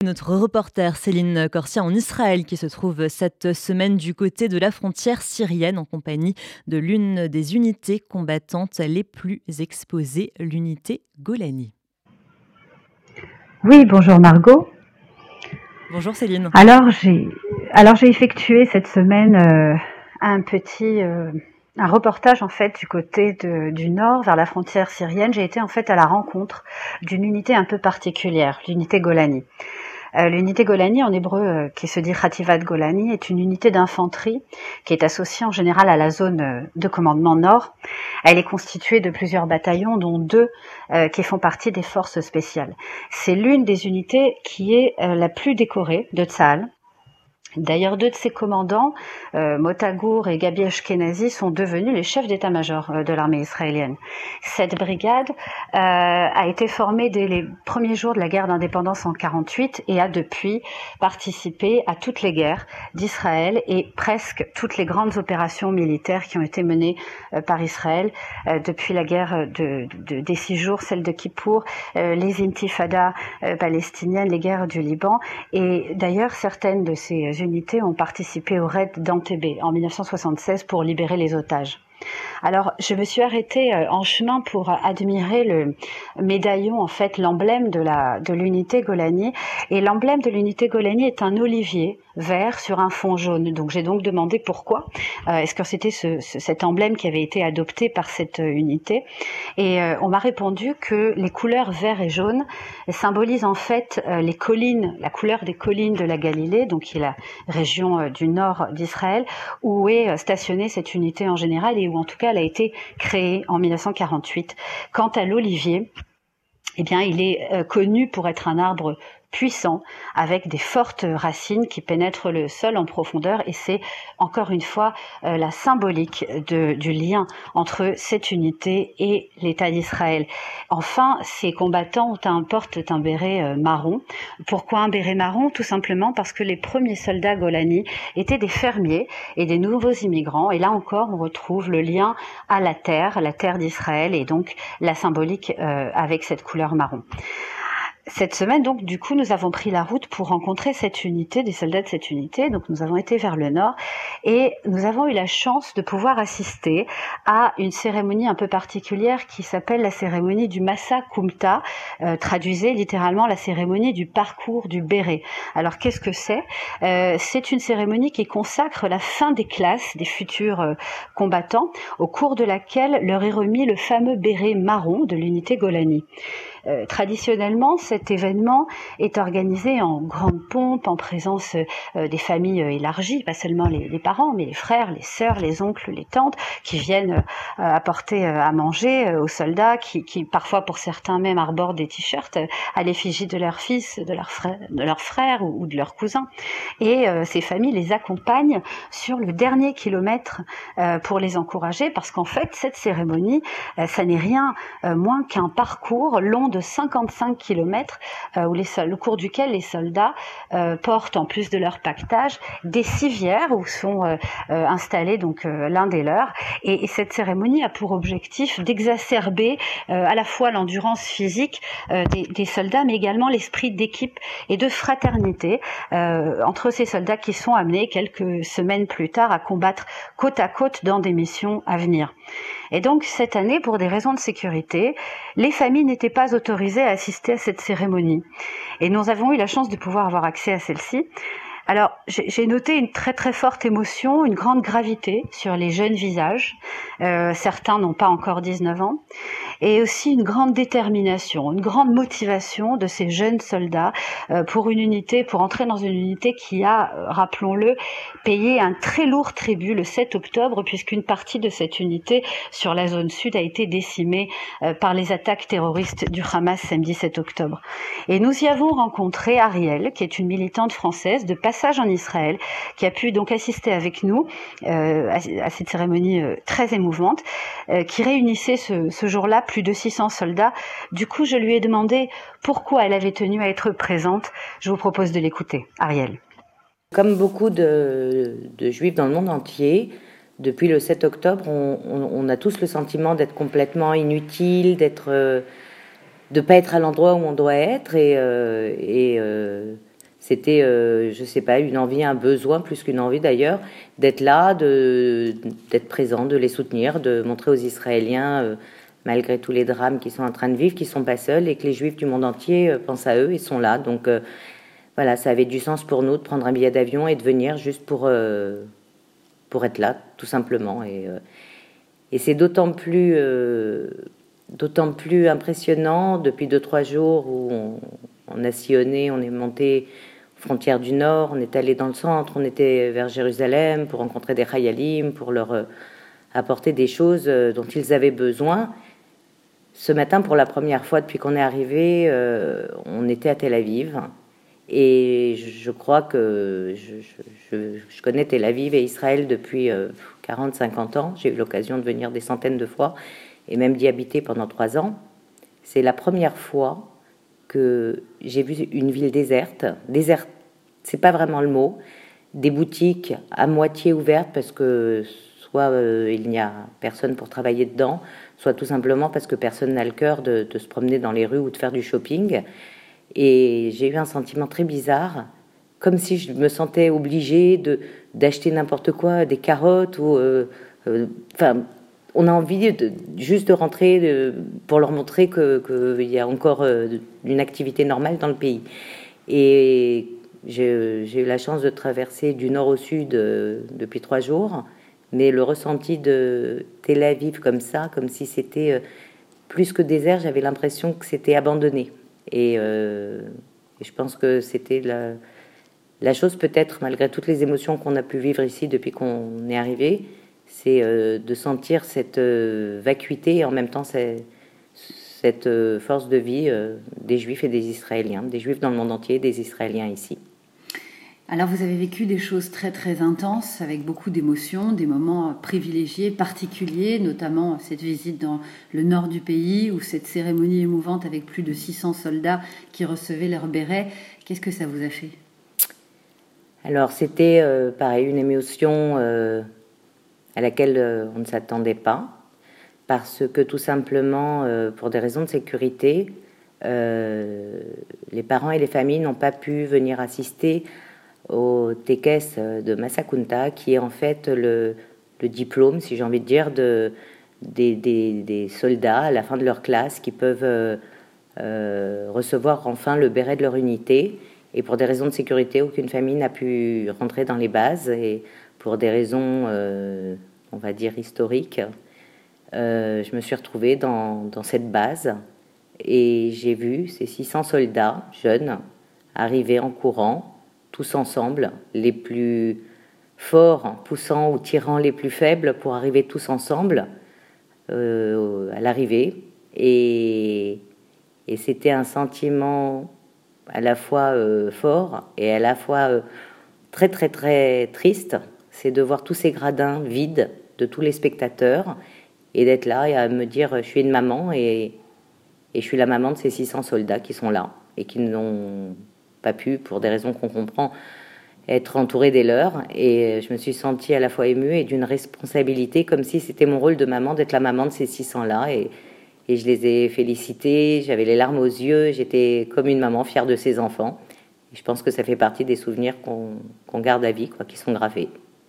Notre reporter Céline Corsia en Israël qui se trouve cette semaine du côté de la frontière syrienne en compagnie de l'une des unités combattantes les plus exposées, l'unité Golani. Oui, bonjour Margot. Bonjour Céline. Alors j'ai effectué cette semaine un reportage en fait du côté du nord vers la frontière syrienne. J'ai été en fait à la rencontre d'une unité un peu particulière, l'unité Golani. L'unité Golani en hébreu, qui se dit Khativat Golani, est une unité d'infanterie qui est associée en général à la zone de commandement nord. Elle est constituée de plusieurs bataillons, dont 2 qui font partie des forces spéciales. C'est l'une des unités qui est la plus décorée de Tsahal. D'ailleurs, 2 de ses commandants, Motagour et Gabi Ashkenazi, sont devenus les chefs d'état-major de l'armée israélienne. Cette brigade a été formée dès les premiers jours de la guerre d'indépendance en 1948 et a depuis participé à toutes les guerres d'Israël et presque toutes les grandes opérations militaires qui ont été menées par Israël depuis la guerre des 6 jours, celle de Kippour, les intifadas palestiniennes, les guerres du Liban. Et d'ailleurs, certaines de ces unités ont participé au raid d'Entebbe en 1976 pour libérer les otages. Alors, je me suis arrêtée en chemin pour admirer le médaillon, en fait, l'emblème de l'unité Golani. Et l'emblème de l'unité Golani est un olivier vert sur un fond jaune. Donc, j'ai donc demandé pourquoi. Est-ce que c'était cet emblème qui avait été adopté par cette unité? Et on m'a répondu que les couleurs vert et jaune symbolisent en fait les collines, la couleur des collines de la Galilée, donc qui est la région du nord d'Israël, où est stationnée cette unité en général et où en tout cas elle a été créée en 1948. Quant à l'olivier, eh bien, il est connu pour être un arbre puissant, avec des fortes racines qui pénètrent le sol en profondeur, et c'est encore une fois la symbolique du lien entre cette unité et l'État d'Israël. Enfin, ces combattants portent un béret marron. Pourquoi un béret marron? Tout simplement parce que les premiers soldats Golani étaient des fermiers et des nouveaux immigrants, et là encore on retrouve le lien à la terre d'Israël, et donc la symbolique avec cette couleur marron. Cette semaine, donc, du coup, nous avons pris la route pour rencontrer cette unité, des soldats de cette unité. Donc, nous avons été vers le nord et nous avons eu la chance de pouvoir assister à une cérémonie un peu particulière qui s'appelle la cérémonie du Massa Kumta, traduisez littéralement la cérémonie du parcours du béret. Alors, qu'est-ce que c'est? C'est une cérémonie qui consacre la fin des classes des futurs combattants, au cours de laquelle leur est remis le fameux béret marron de l'unité Golani. Traditionnellement, cet événement est organisé en grande pompe, en présence des familles élargies, pas seulement les parents, mais les frères, les sœurs, les oncles, les tantes, qui viennent apporter à manger aux soldats, qui parfois pour certains même arborent des t-shirts à l'effigie de leur fils, de leur frère ou de leurs cousins. Et ces familles les accompagnent sur le dernier kilomètre pour les encourager, parce qu'en fait, cette cérémonie, ça n'est rien moins qu'un parcours long de 55 km au cours duquel les soldats portent, en plus de leur pactage, des civières où sont installés donc l'un des leurs. Et cette cérémonie a pour objectif d'exacerber à la fois l'endurance physique des soldats, mais également l'esprit d'équipe et de fraternité entre ces soldats qui sont amenés quelques semaines plus tard à combattre côte à côte dans des missions à venir. Et donc cette année, pour des raisons de sécurité, les familles n'étaient pas autorisées à assister à cette cérémonie. Et nous avons eu la chance de pouvoir avoir accès à celle-ci. Alors, j'ai noté une très très forte émotion, une grande gravité sur les jeunes visages. Certains n'ont pas encore 19 ans. Et aussi une grande détermination, une grande motivation de ces jeunes soldats pour entrer dans une unité qui a, rappelons-le, payé un très lourd tribut le 7 octobre, puisqu'une partie de cette unité sur la zone sud a été décimée par les attaques terroristes du Hamas samedi 7 octobre. Et nous y avons rencontré Ariel, qui est une militante française de passage en Israël, qui a pu donc assister avec nous à cette cérémonie très émouvante, qui réunissait ce jour-là plus de 600 soldats. Du coup, je lui ai demandé pourquoi elle avait tenu à être présente. Je vous propose de l'écouter. Ariel. Comme beaucoup de Juifs dans le monde entier, depuis le 7 octobre, on a tous le sentiment d'être complètement inutile, de ne pas être à l'endroit où on doit être et C'était, je sais pas, une envie, un besoin, plus qu'une envie d'ailleurs, d'être là, d'être présent, de les soutenir, de montrer aux Israéliens, malgré tous les drames qu'ils sont en train de vivre, qu'ils sont pas seuls et que les Juifs du monde entier pensent à eux et sont là. Donc voilà, ça avait du sens pour nous de prendre un billet d'avion et de venir juste pour être là, tout simplement. Et c'est d'autant plus impressionnant depuis 2-3 jours où on a sillonné, on est monté aux frontières du Nord, on est allé dans le centre, on était vers Jérusalem pour rencontrer des Chayalim, pour leur apporter des choses dont ils avaient besoin. Ce matin, pour la première fois depuis qu'on est arrivé, on était à Tel Aviv. Et je crois que je connais Tel Aviv et Israël depuis 40-50 ans. J'ai eu l'occasion de venir des centaines de fois et même d'y habiter pendant 3 ans. C'est la première fois que j'ai vu une ville déserte. Déserte, c'est pas vraiment le mot. Des boutiques à moitié ouvertes parce que soit il n'y a personne pour travailler dedans, soit tout simplement parce que personne n'a le cœur de se promener dans les rues ou de faire du shopping. Et j'ai eu un sentiment très bizarre, comme si je me sentais obligée d'acheter n'importe quoi, des carottes ou on a envie juste de rentrer pour leur montrer qu'il y a encore une activité normale dans le pays. Et j'ai eu la chance de traverser du nord au sud depuis 3 jours, mais le ressenti de Tel Aviv comme ça, comme si c'était plus que désert, j'avais l'impression que c'était abandonné. Et je pense que c'était la chose peut-être, malgré toutes les émotions qu'on a pu vivre ici depuis qu'on est arrivé, c'est de sentir cette vacuité et en même temps cette force de vie des Juifs et des Israéliens, des Juifs dans le monde entier, des Israéliens ici. Alors vous avez vécu des choses très très intenses avec beaucoup d'émotions, des moments privilégiés, particuliers, notamment cette visite dans le nord du pays ou cette cérémonie émouvante avec plus de 600 soldats qui recevaient leur béret. Qu'est-ce que ça vous a fait ? Alors c'était pareil, une émotion à laquelle on ne s'attendait pas, parce que tout simplement, pour des raisons de sécurité, les parents et les familles n'ont pas pu venir assister au Tekes de Massakunta, qui est en fait le diplôme, si j'ai envie de dire, des soldats à la fin de leur classe qui peuvent recevoir enfin le béret de leur unité. Et pour des raisons de sécurité, aucune famille n'a pu rentrer dans les bases. Et pour des raisons, on va dire, historiques, je me suis retrouvée dans cette base et j'ai vu ces 600 soldats jeunes arriver en courant, tous ensemble, les plus forts poussant ou tirant les plus faibles pour arriver tous ensemble à l'arrivée. Et c'était un sentiment à la fois fort et à la fois très très très triste. C'est de voir tous ces gradins vides de tous les spectateurs et d'être là et à me dire je suis une maman et je suis la maman de ces 600 soldats qui sont là et qui n'ont pas pu, pour des raisons qu'on comprend, être entourée des leurs. Et je me suis sentie à la fois émue et d'une responsabilité, comme si c'était mon rôle de maman d'être la maman de ces 600-là. Et je les ai félicités, j'avais les larmes aux yeux, j'étais comme une maman fière de ses enfants. Et je pense que ça fait partie des souvenirs qu'on garde à vie, quoi, qui sont gravés.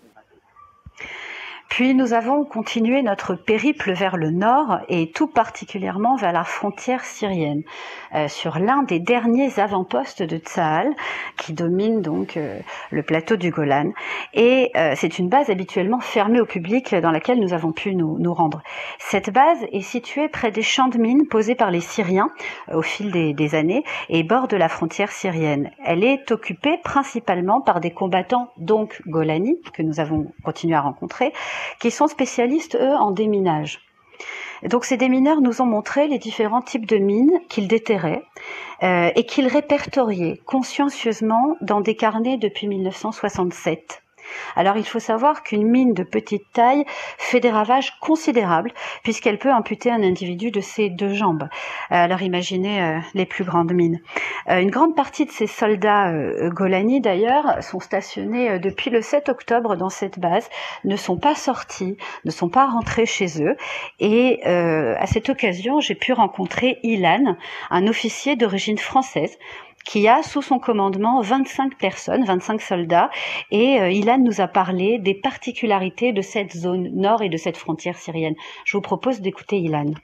Puis nous avons continué notre périple vers le nord et tout particulièrement vers la frontière syrienne, sur l'un des derniers avant-postes de Tsahal qui domine donc le plateau du Golan. Et c'est une base habituellement fermée au public dans laquelle nous avons pu nous rendre. Cette base est située près des champs de mines posés par les Syriens au fil des années et borde la frontière syrienne. Elle est occupée principalement par des combattants donc Golani que nous avons continué à rencontrer, qui sont spécialistes, eux, en déminage. Donc ces démineurs nous ont montré les différents types de mines qu'ils déterraient et qu'ils répertoriaient consciencieusement dans des carnets depuis 1967. Alors il faut savoir qu'une mine de petite taille fait des ravages considérables puisqu'elle peut amputer un individu de ses 2 jambes. Alors imaginez les plus grandes mines. Une grande partie de ces soldats Golani d'ailleurs sont stationnés depuis le 7 octobre dans cette base, ne sont pas sortis, ne sont pas rentrés chez eux et à cette occasion j'ai pu rencontrer Ilan, un officier d'origine française qui a sous son commandement 25 personnes, 25 soldats. Et Ilan nous a parlé des particularités de cette zone nord et de cette frontière syrienne. Je vous propose d'écouter Ilan.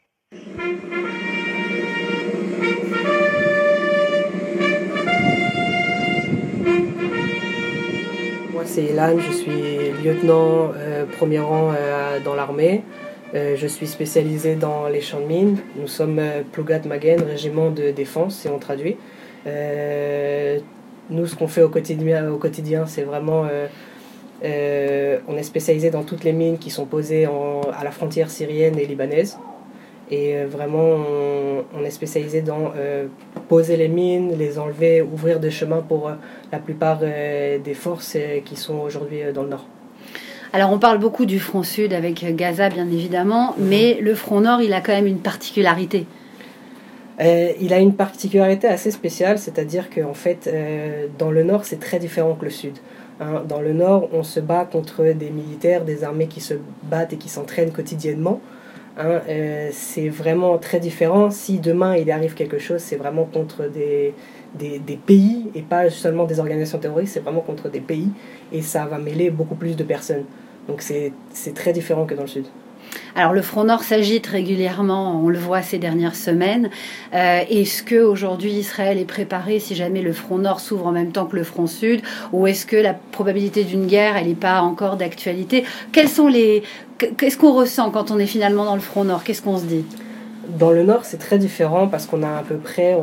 Moi, c'est Ilan, je suis lieutenant premier rang dans l'armée. Je suis spécialisé dans les champs de mines. Nous sommes Plougat Magen, régiment de défense, si on traduit. Nous, ce qu'on fait au quotidien, c'est vraiment... on est spécialisé dans toutes les mines qui sont posées à la frontière syrienne et libanaise. Et vraiment, on est spécialisé dans poser les mines, les enlever, ouvrir des chemins pour la plupart des forces qui sont aujourd'hui dans le nord. Alors on parle beaucoup du front sud avec Gaza bien évidemment, mais le front nord il a quand même une particularité. Il a une particularité assez spéciale, c'est-à-dire qu'en fait dans le nord c'est très différent que le sud. Dans le nord on se bat contre des militaires, des armées qui se battent et qui s'entraînent quotidiennement. C'est vraiment très différent. Si demain il arrive quelque chose, c'est vraiment contre des pays et pas seulement des organisations terroristes, c'est vraiment contre des pays et ça va mêler beaucoup plus de personnes. Donc c'est très différent que dans le sud. Alors le front nord s'agite régulièrement, on le voit ces dernières semaines. Est-ce qu'aujourd'hui Israël est préparé si jamais le front nord s'ouvre en même temps que le front sud, ou est-ce que la probabilité d'une guerre elle n'est pas encore d'actualité? Qu'est-ce qu'on ressent quand on est finalement dans le front nord? Qu'est-ce qu'on se dit? Dans le nord, c'est très différent parce qu'on a à peu près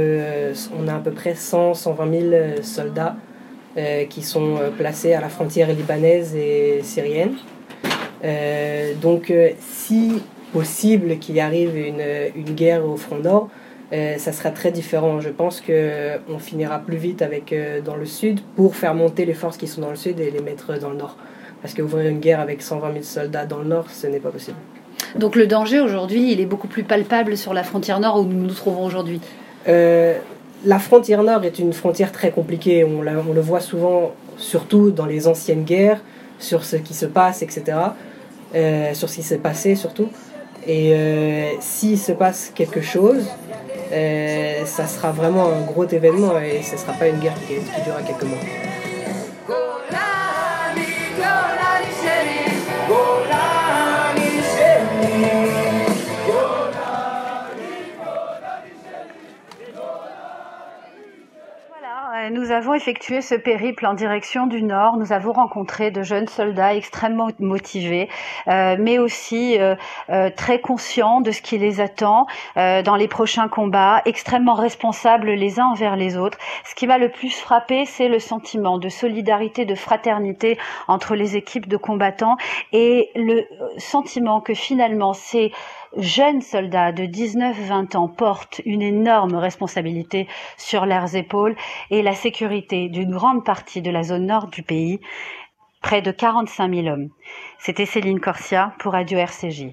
100-120 000 soldats qui sont placés à la frontière libanaise et syrienne. Donc, si possible qu'il arrive une guerre au front nord, ça sera très différent. Je pense qu'on finira plus vite dans le sud pour faire monter les forces qui sont dans le sud et les mettre dans le nord. Parce qu'ouvrir une guerre avec 120 000 soldats dans le nord, ce n'est pas possible. Donc le danger aujourd'hui, il est beaucoup plus palpable sur la frontière nord où nous nous trouvons aujourd'hui. La frontière nord est une frontière très compliquée. On le voit souvent, surtout dans les anciennes guerres, sur ce qui se passe, etc. Sur ce qui s'est passé surtout. Et s'il se passe quelque chose, ça sera vraiment un gros événement et ce ne sera pas une guerre qui durera quelques mois. Nous avons effectué ce périple en direction du nord. Nous avons rencontré de jeunes soldats extrêmement motivés, mais aussi très conscients de ce qui les attend dans les prochains combats, extrêmement responsables les uns envers les autres. Ce qui m'a le plus frappé, c'est le sentiment de solidarité, de fraternité entre les équipes de combattants et le sentiment que finalement ces jeunes soldats de 19-20 ans portent une énorme responsabilité sur leurs épaules et la sécurité d'une grande partie de la zone nord du pays, près de 45 000 hommes. C'était Céline Corsia pour Radio RCJ.